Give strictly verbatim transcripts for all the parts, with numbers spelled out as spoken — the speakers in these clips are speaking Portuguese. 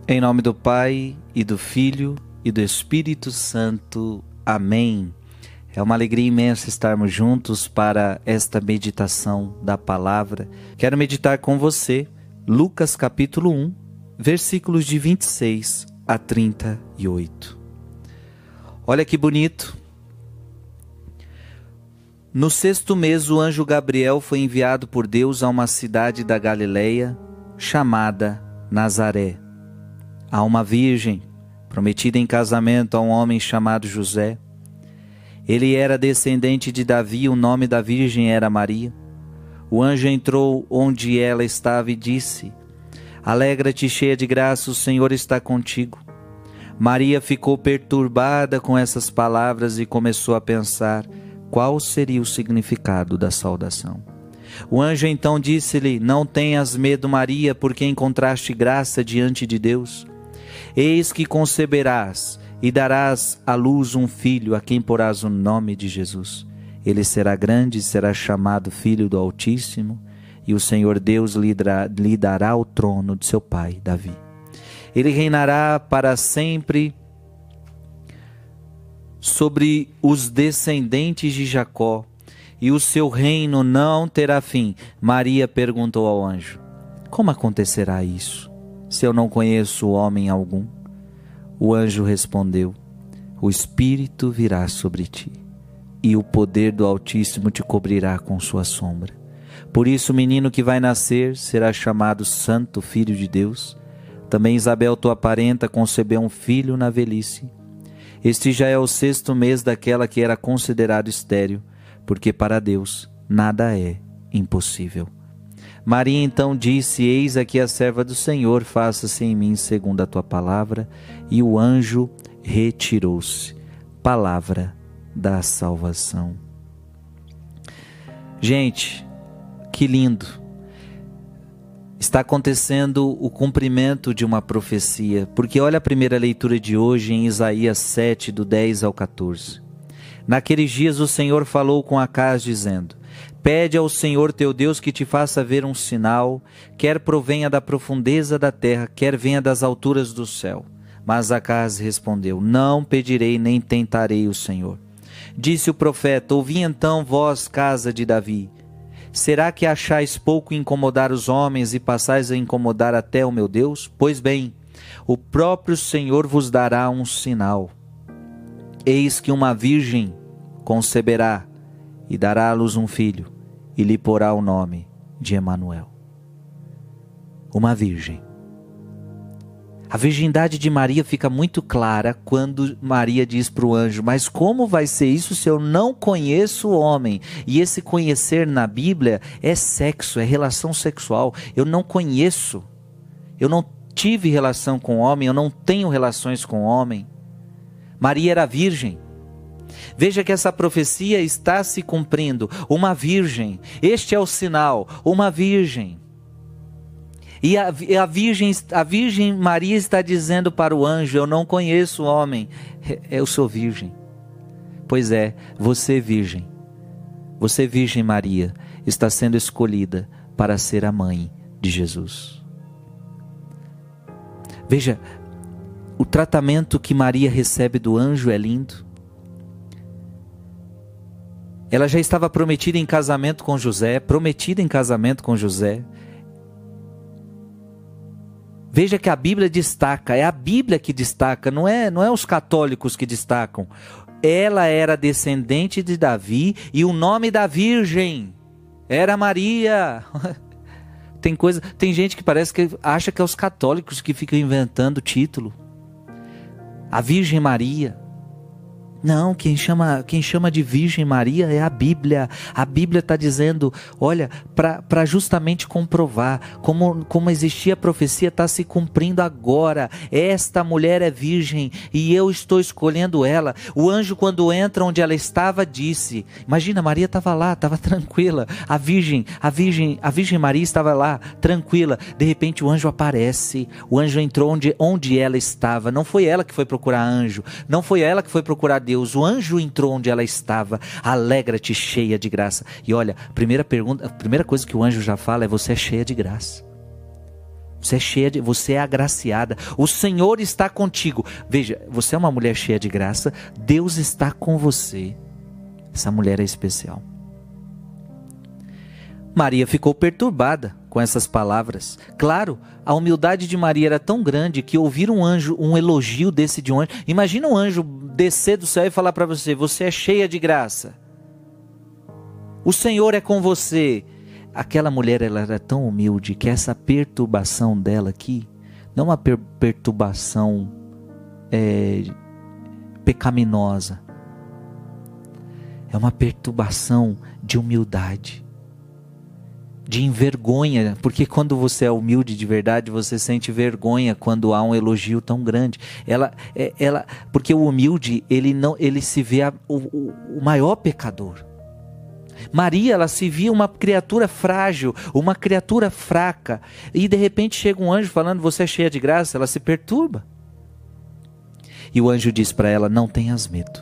Em nome do Pai, e do Filho, e do Espírito Santo. Amém. É uma alegria imensa estarmos juntos para esta meditação da palavra. Quero meditar com você Lucas capítulo um, versículos de vinte e seis a trinta e oito. Olha que bonito. No sexto mês, o anjo Gabriel foi enviado por Deus a uma cidade da Galileia chamada Nazaré, a uma virgem prometida em casamento a um homem chamado José. Ele era descendente de Davi, o nome da virgem era Maria. O anjo entrou onde ela estava e disse: Alegra-te, cheia de graça, o Senhor está contigo. Maria ficou perturbada com essas palavras e começou a pensar qual seria o significado da saudação. O anjo então disse-lhe: Não tenhas medo, Maria, porque encontraste graça diante de Deus. Eis que conceberás e darás à luz um filho, a quem porás o nome de Jesus. Ele será grande e será chamado Filho do Altíssimo, e o Senhor Deus lhe dará, lhe dará o trono de seu pai Davi. Ele reinará para sempre sobre os descendentes de Jacó, e o seu reino não terá fim. Maria perguntou ao anjo: Como acontecerá isso, se eu não conheço homem algum? O anjo respondeu: O Espírito virá sobre ti, e o poder do Altíssimo te cobrirá com sua sombra. Por isso o menino que vai nascer será chamado Santo Filho de Deus. Também Isabel, tua parenta, concebeu um filho na velhice. Este já é o sexto mês daquela que era considerado estéril, porque para Deus nada é impossível. Maria então disse: Eis aqui a serva do Senhor, faça-se em mim segundo a tua palavra. E o anjo retirou-se. Palavra da salvação. Gente, que lindo! Está acontecendo o cumprimento de uma profecia, porque olha a primeira leitura de hoje em Isaías sete, do dez ao quatorze. Naqueles dias o Senhor falou com Acaz, dizendo: Pede ao Senhor teu Deus que te faça ver um sinal, quer provenha da profundeza da terra, quer venha das alturas do céu. Mas Acaz respondeu: Não pedirei nem tentarei o Senhor. Disse o profeta: Ouvi então, vós, casa de Davi. Será que achais pouco incomodar os homens e passais a incomodar até o meu Deus? Pois bem, o próprio Senhor vos dará um sinal. Eis que uma virgem conceberá e dará à luz um filho, e lhe porá o nome de Emanuel. Uma virgem. A virgindade de Maria fica muito clara quando Maria diz para o anjo: Mas como vai ser isso se eu não conheço o homem? E esse conhecer na Bíblia é sexo, é relação sexual. Eu não conheço, eu não tive relação com o homem, eu não tenho relações com o homem. Maria era virgem. Veja que essa profecia está se cumprindo. Uma virgem, este é o sinal, uma virgem. E a, a, virgem, a Virgem Maria está dizendo para o anjo: Eu não conheço o homem, eu sou virgem. Pois é, você virgem, você Virgem Maria, está sendo escolhida para ser a mãe de Jesus. Veja, o tratamento que Maria recebe do anjo é lindo. Ela já estava prometida em casamento com José, prometida em casamento com José. Veja que a Bíblia destaca, é a Bíblia que destaca, não é, não é os católicos que destacam. Ela era descendente de Davi e o nome da virgem era Maria. Tem coisa, tem gente que parece que acha que é os católicos que ficam inventando título. A Virgem Maria. Não, quem chama, quem chama de Virgem Maria é a Bíblia. A Bíblia está dizendo, olha, para justamente comprovar como, como existia a profecia, está se cumprindo agora. Esta mulher é virgem e eu estou escolhendo ela. O anjo, quando entra onde ela estava, disse, imagina, Maria estava lá, estava tranquila. A Virgem, a Virgem, a Virgem Maria estava lá, tranquila. De repente o anjo aparece, o anjo entrou onde, onde ela estava. Não foi ela que foi procurar anjo, não foi ela que foi procurar Deus, o anjo entrou onde ela estava. Alegra-te, cheia de graça. E olha, a primeira pergunta, a primeira coisa que o anjo já fala é: você é cheia de graça. Você é cheia de, você é agraciada. O Senhor está contigo. Veja, você é uma mulher cheia de graça. Deus está com você. Essa mulher é especial. Maria ficou perturbada com essas palavras. Claro, a humildade de Maria era tão grande que ouvir um anjo, um elogio desse de um anjo. Imagina um anjo descer do céu e falar para você: você é cheia de graça. O Senhor é com você. Aquela mulher, ela era tão humilde que essa perturbação dela aqui, não uma per perturbação é, pecaminosa, é uma perturbação de humildade, de envergonha, porque quando você é humilde de verdade, você sente vergonha quando há um elogio tão grande. Ela, ela, porque o humilde, ele não, ele se vê a, o, o maior pecador. Maria, ela se via uma criatura frágil, uma criatura fraca, e de repente chega um anjo falando: você é cheia de graça. Ela se perturba, e o anjo diz para ela: não tenhas medo,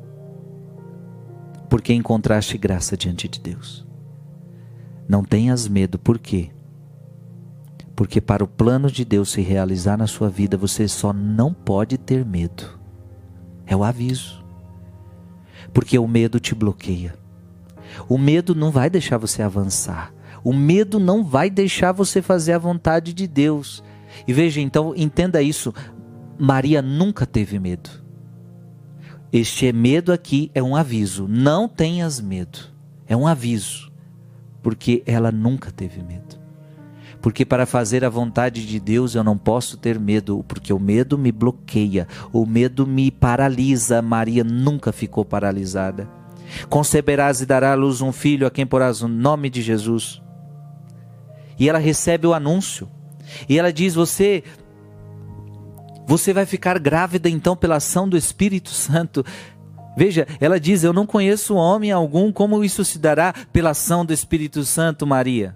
porque encontraste graça diante de Deus. Não tenhas medo, por quê? Porque para o plano de Deus se realizar na sua vida, você só não pode ter medo. É o aviso, porque o medo te bloqueia. O medo não vai deixar você avançar. O medo não vai deixar você fazer a vontade de Deus. E veja, então, entenda isso. Maria nunca teve medo. Este medo aqui é um aviso. Não tenhas medo. É um aviso. Porque ela nunca teve medo. Porque para fazer a vontade de Deus eu não posso ter medo, porque o medo me bloqueia. O medo me paralisa. Maria nunca ficou paralisada. Conceberás e darás à luz um filho, a quem porás o nome de Jesus. E ela recebe o anúncio, e ela diz: você você vai ficar grávida então pela ação do Espírito Santo. Veja, ela diz: eu não conheço homem algum, como isso se dará pela ação do Espírito Santo, Maria?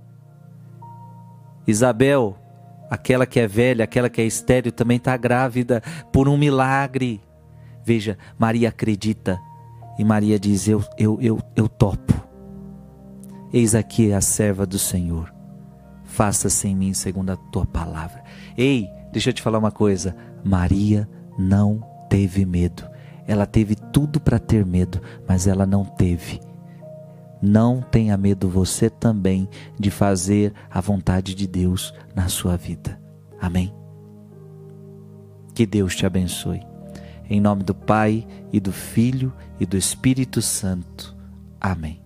Isabel, aquela que é velha, aquela que é estéril, também está grávida por um milagre. Veja, Maria acredita. E Maria diz: eu, eu, eu, eu topo. Eis aqui a serva do Senhor. Faça-se em mim segundo a tua palavra. Ei, deixa eu te falar uma coisa. Maria não teve medo. Ela teve tudo para ter medo, mas ela não teve. Não tenha medo você também de fazer a vontade de Deus na sua vida. Amém? Que Deus te abençoe. Em nome do Pai, e do Filho, e do Espírito Santo. Amém.